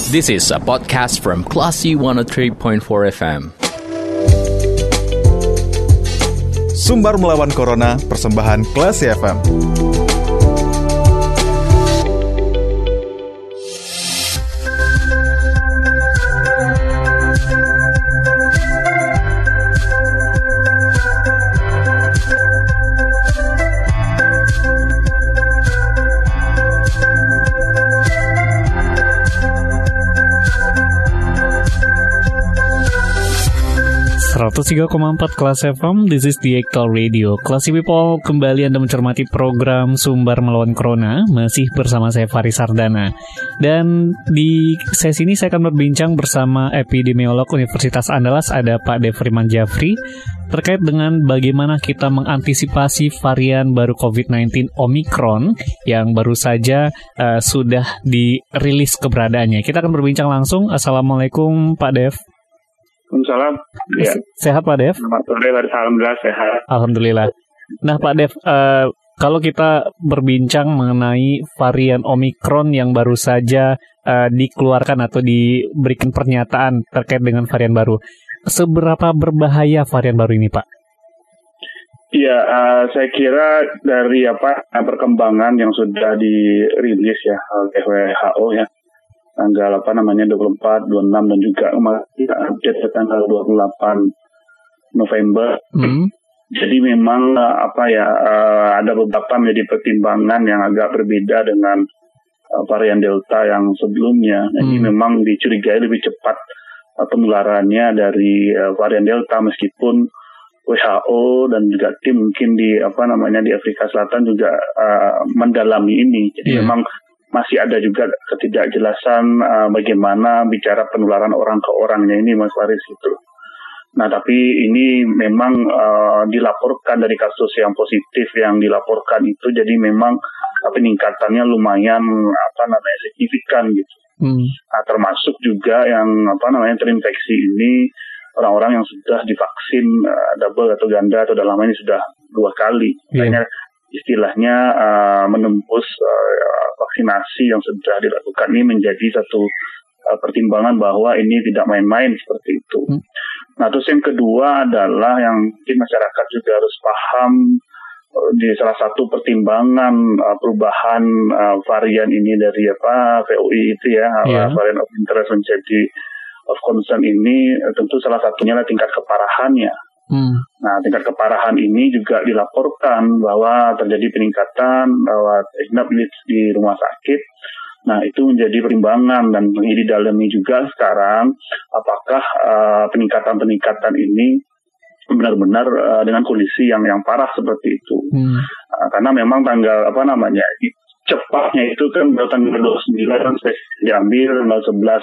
This is a podcast from Classy 103.4 FM. Sumbar melawan Corona, persembahan Classy FM. 103,4 Kelas FM, this is the Actual Radio. Classy People, kembali Anda mencermati program Sumbar Melawan Corona, masih bersama saya Faris Sardana. Dan di sesi ini saya akan berbincang bersama epidemiolog Universitas Andalas, ada Pak Devriman Jafri, terkait dengan bagaimana kita mengantisipasi varian baru COVID-19 Omicron yang baru saja sudah dirilis keberadaannya. Kita akan berbincang langsung. Assalamualaikum Pak Dev. Waalaikumsalam. Ya. Sehat Pak Dev? Selamat sore, alhamdulillah sehat. Alhamdulillah. Nah Pak Dev, kalau kita berbincang mengenai varian Omicron yang baru saja dikeluarkan atau diberikan pernyataan terkait dengan varian baru, seberapa berbahaya varian baru ini Pak? Iya, saya kira dari perkembangan yang sudah dirilis ya oleh WHO ya, tanggal 24, 26 dan juga update tanggal 28 November. Jadi memang ada beberapa menjadi pertimbangan yang agak berbeda dengan varian Delta yang sebelumnya. Jadi memang dicurigai lebih cepat penularannya dari varian Delta, meskipun WHO dan juga tim mungkin di Afrika Selatan juga mendalami ini. Jadi memang masih ada juga ketidakjelasan bagaimana bicara penularan orang ke orangnya ini, Mas Faris itu. Nah, tapi ini memang dilaporkan dari kasus yang positif yang dilaporkan itu, jadi memang peningkatannya lumayan signifikan gitu. Nah, termasuk juga yang terinfeksi ini orang-orang yang sudah divaksin double atau ganda atau dalam ini sudah 2 kali. Istilahnya menembus vaksinasi yang sudah dilakukan ini menjadi satu pertimbangan bahwa ini tidak main-main seperti itu. Nah, terus yang kedua adalah yang mungkin masyarakat juga harus paham di salah satu pertimbangan perubahan varian ini dari VOI itu ya, varian of interest menjadi of concern ini, tentu salah satunya adalah tingkat keparahannya. Nah, tingkat keparahan ini juga dilaporkan bahwa terjadi peningkatan bahwa di rumah sakit. Nah, itu menjadi pertimbangan dan didalami juga sekarang apakah peningkatan ini benar-benar dengan kondisi yang parah seperti itu. Karena memang tanggal cepatnya itu kan tanggal 29 kan diambil, tanggal 11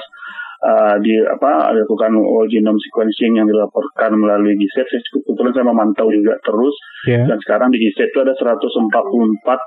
dilakukan whole genome sequencing yang dilaporkan melalui GISAID. Kebetulan saya memantau juga terus, dan sekarang di GISAID itu ada 144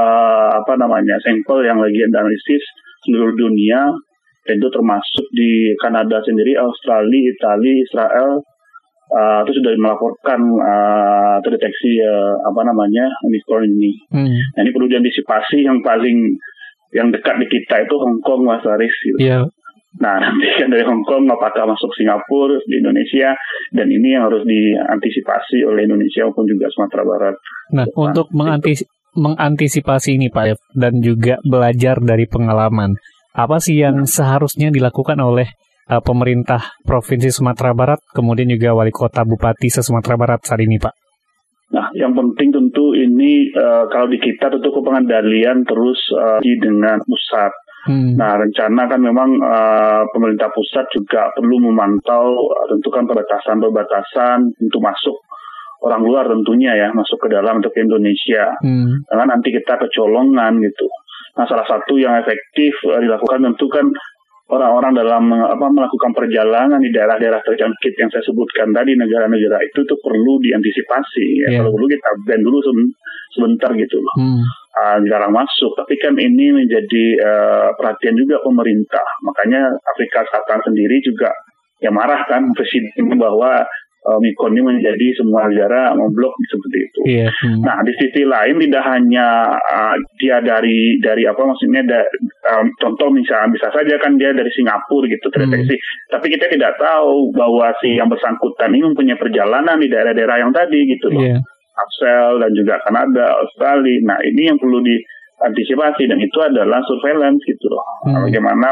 sampel yang lagi analisis seluruh dunia, dan itu termasuk di Kanada sendiri, Australia, Italia, Israel, itu sudah melaporkan terdeteksi Omicron ini. Nah, ini perlu diantisipasi. Yang dekat di kita itu Hong Kong, Mas Haris. Nah, nanti kan dari Hong Kong apakah masuk Singapura, di Indonesia, dan ini yang harus diantisipasi oleh Indonesia maupun juga Sumatera Barat. Nah, untuk mengantisipasi ini Pak Dev, dan juga belajar dari pengalaman, apa sih yang seharusnya dilakukan oleh pemerintah Provinsi Sumatera Barat, kemudian juga Wali Kota Bupati se-Sumatera Barat saat ini Pak? Nah, yang penting tentu ini kalau di kita tentu pengendalian terus dengan pusat. Nah, rencana kan memang pemerintah pusat juga perlu memantau tentukan perbatasan untuk masuk orang luar tentunya ya, masuk ke dalam untuk Indonesia. Karena nanti kita kecolongan gitu. Nah, salah satu yang efektif dilakukan tentu kan orang-orang dalam melakukan perjalanan di daerah-daerah terjangkit yang saya sebutkan tadi, negara-negara itu tuh perlu diantisipasi ya. Kalau perlu kita ban dulu sebentar gitu loh. Jarang masuk, tapi kan ini menjadi perhatian juga pemerintah. Makanya Afrika Selatan sendiri juga marah kan presiden bahwa Omikron ini menjadi semua negara memblok seperti itu. Yeah. Nah, di sisi lain tidak hanya dia dari apa maksudnya contoh misalnya bisa saja kan dia dari Singapura gitu terdeteksi, tapi kita tidak tahu bahwa si yang bersangkutan ini mempunyai perjalanan di daerah-daerah yang tadi gitu loh. Yeah. Absel dan juga Kanada, Australia. Nah, ini yang perlu diantisipasi dan itu adalah surveillance gitu loh. Bagaimana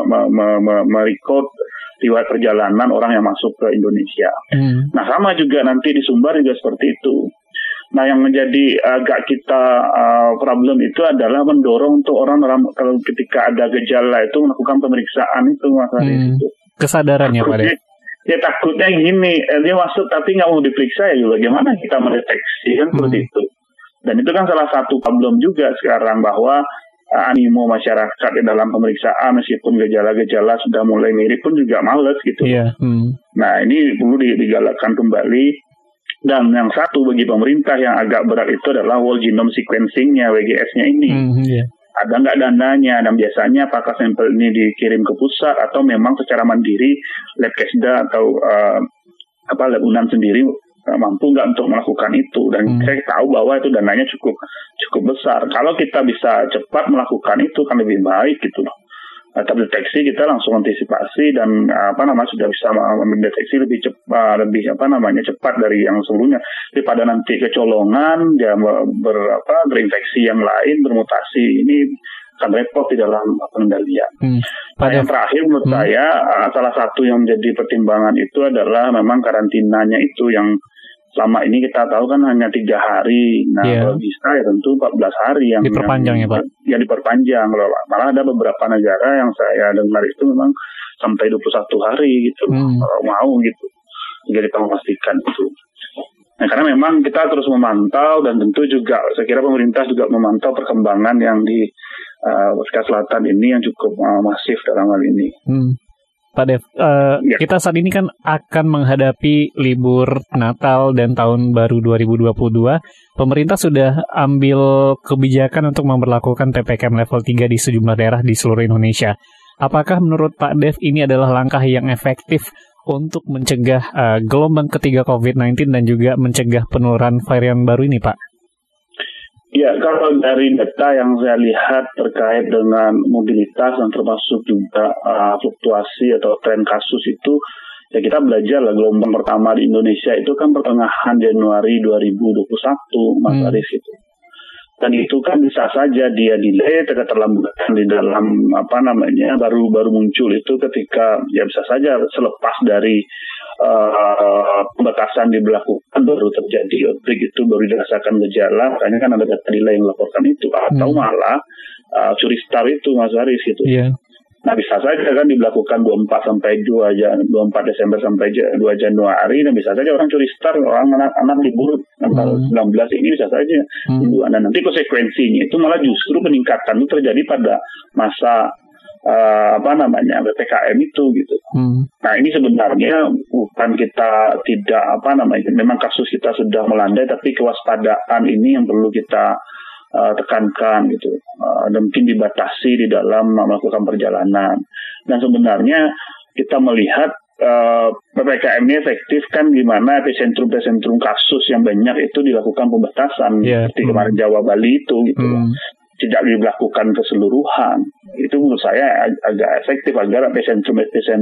merecord riwayat perjalanan orang yang masuk ke Indonesia. Nah, sama juga nanti di Sumbar juga seperti itu. Nah, yang menjadi agak kita problem itu adalah mendorong untuk orang-orang kalau ketika ada gejala itu melakukan pemeriksaan itu masalahnya itu. Kesadarannya Pak Dev. Ya takutnya gini, dia masuk tapi nggak mau diperiksa ya bagaimana kita mendeteksi kan seperti itu. Dan itu kan salah satu problem juga sekarang bahwa animo masyarakat di dalam pemeriksaan meskipun gejala-gejala sudah mulai mirip pun juga males gitu. Yeah. Nah, ini perlu digalakkan kembali. Dan yang satu bagi pemerintah yang agak berat itu adalah whole genome sequencing-nya, WGS-nya ini. Yeah. Ada nggak dananya? Dan biasanya apakah sampel ini dikirim ke pusat atau memang secara mandiri lab Kesda atau lab UNAN sendiri mampu nggak untuk melakukan itu? Dan saya tahu bahwa itu dananya cukup besar. Kalau kita bisa cepat melakukan itu kan lebih baik gitu loh. Terdeteksi kita langsung antisipasi dan sudah bisa mendeteksi lebih cepat, cepat dari yang sebelumnya daripada nanti kecolongan dia berinfeksi yang lain bermutasi ini akan repot di dalam pengendalian. Yang terakhir menurut saya salah satu yang menjadi pertimbangan itu adalah memang karantinanya itu yang selama ini kita tahu kan hanya 3 hari. Nah, kalau bisa ya tentu 14 hari yang diperpanjang ya Pak? Ya diperpanjang. Malah ada beberapa negara yang saya dengar itu memang sampai 21 hari gitu. Kalau mau gitu. Jadi kita memastikan itu. Nah, karena memang kita terus memantau dan tentu juga saya kira pemerintah juga memantau perkembangan yang di Afrika Selatan ini yang cukup masif dalam hal ini. Pak Dev, kita saat ini kan akan menghadapi libur Natal dan Tahun Baru 2022. Pemerintah sudah ambil kebijakan untuk memberlakukan PPKM level 3 di sejumlah daerah di seluruh Indonesia. Apakah menurut Pak Dev ini adalah langkah yang efektif untuk mencegah gelombang ketiga COVID-19 dan juga mencegah penularan varian baru ini, Pak? Ya, kalau dari data yang saya lihat terkait dengan mobilitas dan termasuk juga fluktuasi atau tren kasus itu, ya kita belajar lah gelombang pertama di Indonesia itu kan pertengahan Januari 2021, Mas Arif itu. Dan itu kan bisa saja dia delay, terlambatan di dalam baru muncul itu ketika ya bisa saja selepas dari pembatasan diberlakukan baru terjadi outbreak itu baru dirasakan gejala, makanya kan ada data delay yang melaporkan itu atau malah curi star itu Mas Haris gitu. Yeah. Nah bisa saja kan diberlakukan 24 Desember sampai 2 Januari dan bisa saja orang curi star, orang anak libur tanggal 19 ini bisa saja. Dan nanti konsekuensinya itu malah justru peningkatan itu terjadi pada masa PPKM itu gitu. Nah ini sebenarnya bukan kita tidak memang kasus kita sudah melandai, tapi kewaspadaan ini yang perlu kita tekankan gitu, dan mungkin dibatasi di dalam melakukan perjalanan. Dan sebenarnya kita melihat PPKM ini efektif kan di mana epicentrum kasus yang banyak itu dilakukan pembatasan, seperti kemarin Jawa Bali itu gitu. Tidak dilakukan keseluruhan. Itu menurut saya agak efektif agar epicentrum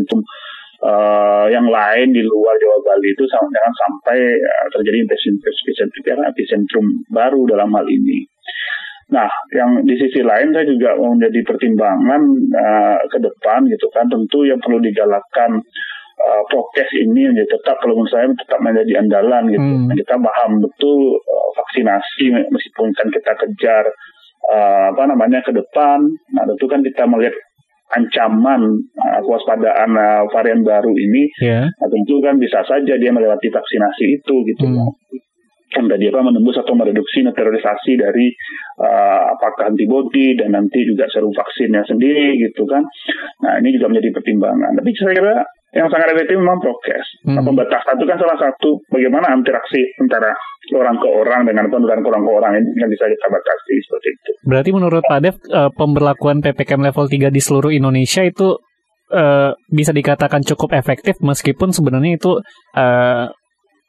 yang lain di luar Jawa Bali itu jangan sampai terjadi epicentrum baru dalam hal ini. Nah, yang di sisi lain saya juga mau menjadi pertimbangan ke depan gitu kan, tentu yang perlu digalakkan prokes ini tetap kalau menurut saya tetap menjadi andalan gitu. Nah, kita paham betul vaksinasi meskipun kan kita kejar ke depan. Nah, tentu kan kita melihat ancaman kewaspadaan varian baru ini. Nah, tentu kan bisa saja dia melewati vaksinasi itu gitu. Kan tadi menembus atau mereduksi naturalisasi dari apakah antibodi dan nanti juga serum vaksinnya sendiri gitu kan. Nah ini juga menjadi pertimbangan. Tapi saya kira yang sangat efektif memang prokes. Nah, pembatasan itu kan salah satu bagaimana interaksi antara orang ke orang dengan penularan orang ke orang ini yang bisa kita batasi seperti itu. Berarti menurut Pak Dev pemberlakuan PPKM level 3 di seluruh Indonesia itu bisa dikatakan cukup efektif meskipun sebenarnya itu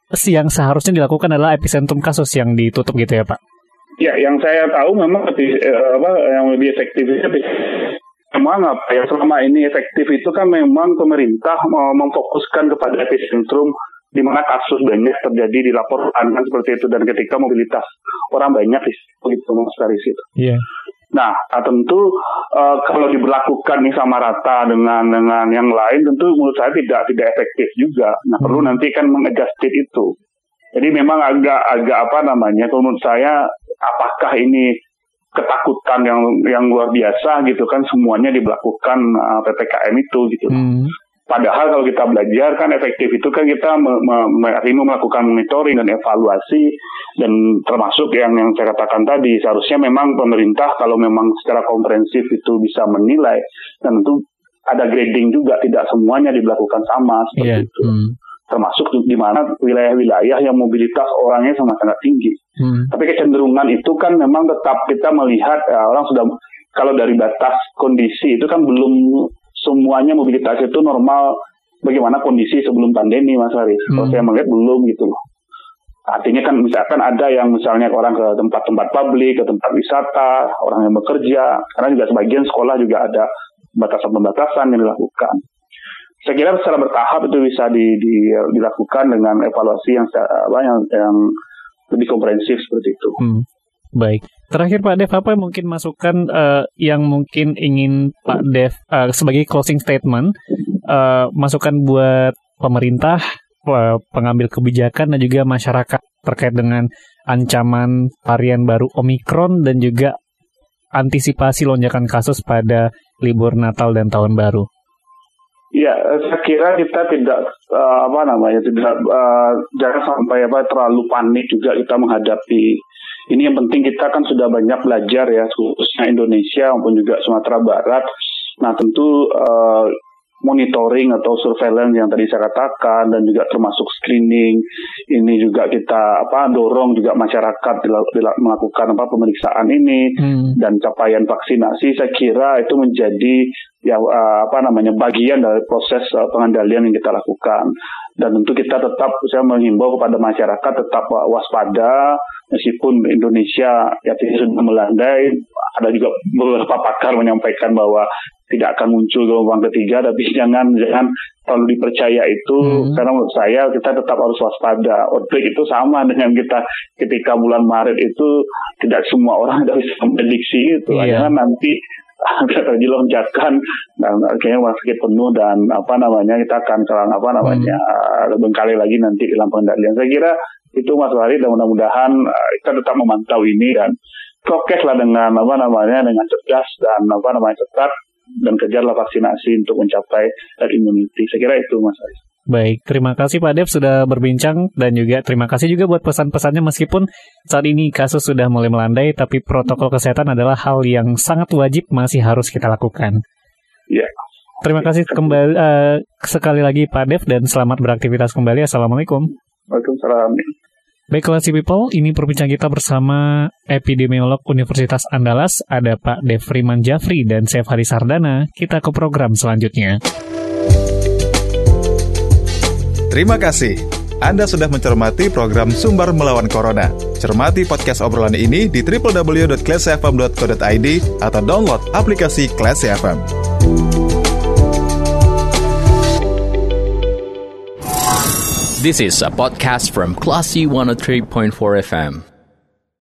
yang seharusnya dilakukan adalah epicentrum kasus yang ditutup gitu ya Pak? Ya, yang saya tahu memang yang lebih efektif itu memang selama ini efektif itu kan memang pemerintah memfokuskan kepada epicentrum di mana kasus banyak terjadi dilaporkan kan seperti itu, dan ketika mobilitas orang banyak di situ gitu Mas Faris itu. Iya. Nah, tentu kalau diberlakukan nih sama rata dengan yang lain, tentu menurut saya tidak efektif juga. Nah, perlu nanti kan mengadjust itu. Jadi memang agak menurut saya apakah ini ketakutan yang luar biasa gitu kan, semuanya diberlakukan PPKM itu gitu. Padahal kalau kita belajar kan efektif itu kan kita melakukan monitoring dan evaluasi, dan termasuk yang saya katakan tadi, seharusnya memang pemerintah kalau memang secara komprehensif itu bisa menilai, dan tentu ada grading juga, tidak semuanya diberlakukan sama seperti itu. Termasuk di mana wilayah-wilayah yang mobilitas orangnya sangat tinggi. Tapi kecenderungan itu kan memang tetap kita melihat orang sudah, kalau dari batas kondisi itu kan belum semuanya mobilitas itu normal bagaimana kondisi sebelum pandemi Mas Haris. Kalau saya melihat belum gitu loh. Artinya kan misalkan ada yang misalnya orang ke tempat-tempat publik, ke tempat wisata, orang yang bekerja, karena juga sebagian sekolah juga ada batasan-batasan yang dilakukan. Saya kira secara bertahap itu bisa dilakukan dengan evaluasi yang lebih komprehensif seperti itu. Baik. Terakhir Pak Dev, apa yang mungkin masukan yang mungkin ingin Pak Dev sebagai closing statement, masukan buat pemerintah, pengambil kebijakan dan juga masyarakat terkait dengan ancaman varian baru Omikron dan juga antisipasi lonjakan kasus pada libur Natal dan Tahun Baru? Ya, saya kira kita tidak jangan sampai terlalu panik juga kita menghadapi ini. Yang penting kita kan sudah banyak belajar ya, khususnya Indonesia maupun juga Sumatera Barat. Nah, tentu monitoring atau surveillance yang tadi saya katakan, dan juga termasuk screening ini juga kita dorong juga masyarakat melakukan pemeriksaan ini, dan capaian vaksinasi saya kira itu menjadi bagian dari proses pengendalian yang kita lakukan. Dan tentu kita tetap, saya menghimbau kepada masyarakat tetap waspada, meskipun Indonesia sudah melandai. Ada juga beberapa pakar menyampaikan bahwa tidak akan muncul gelombang ketiga, tapi jangan terlalu dipercaya itu, karena menurut saya kita tetap harus waspada. Outbreak itu sama dengan kita ketika bulan Maret itu, tidak semua orang bisa memprediksi itu. Jangan nanti terjadi lonjakan dan akhirnya rumah sakit penuh, dan kita akan bengkali lagi nanti dalam pengendalian. Saya kira itu Mas Wari, dan mudah-mudahan kita tetap memantau ini dan prokes lah dengan dengan cerdas dan cepat, dan kejarlah vaksinasi untuk mencapai herd immunity. Saya kira itu Mas Wari. Baik, terima kasih Pak Dev sudah berbincang, dan juga terima kasih juga buat pesan-pesannya. Meskipun saat ini kasus sudah mulai melandai, tapi protokol kesehatan adalah hal yang sangat wajib masih harus kita lakukan. Ya. Terima kasih kembali sekali lagi Pak Dev, dan selamat beraktivitas kembali. Assalamualaikum. Waalaikumsalam. Baik, Classy People, ini perbincangan kita bersama epidemiolog Universitas Andalas, ada Pak Dev Riman Jafri dan saya Faris Sardana. Kita ke program selanjutnya. Terima kasih. Anda sudah mencermati program Sumber Melawan Corona. Cermati podcast obrolan ini di www.classyfm.co.id atau download aplikasi Classy FM. This is a podcast from Classy 103.4 FM.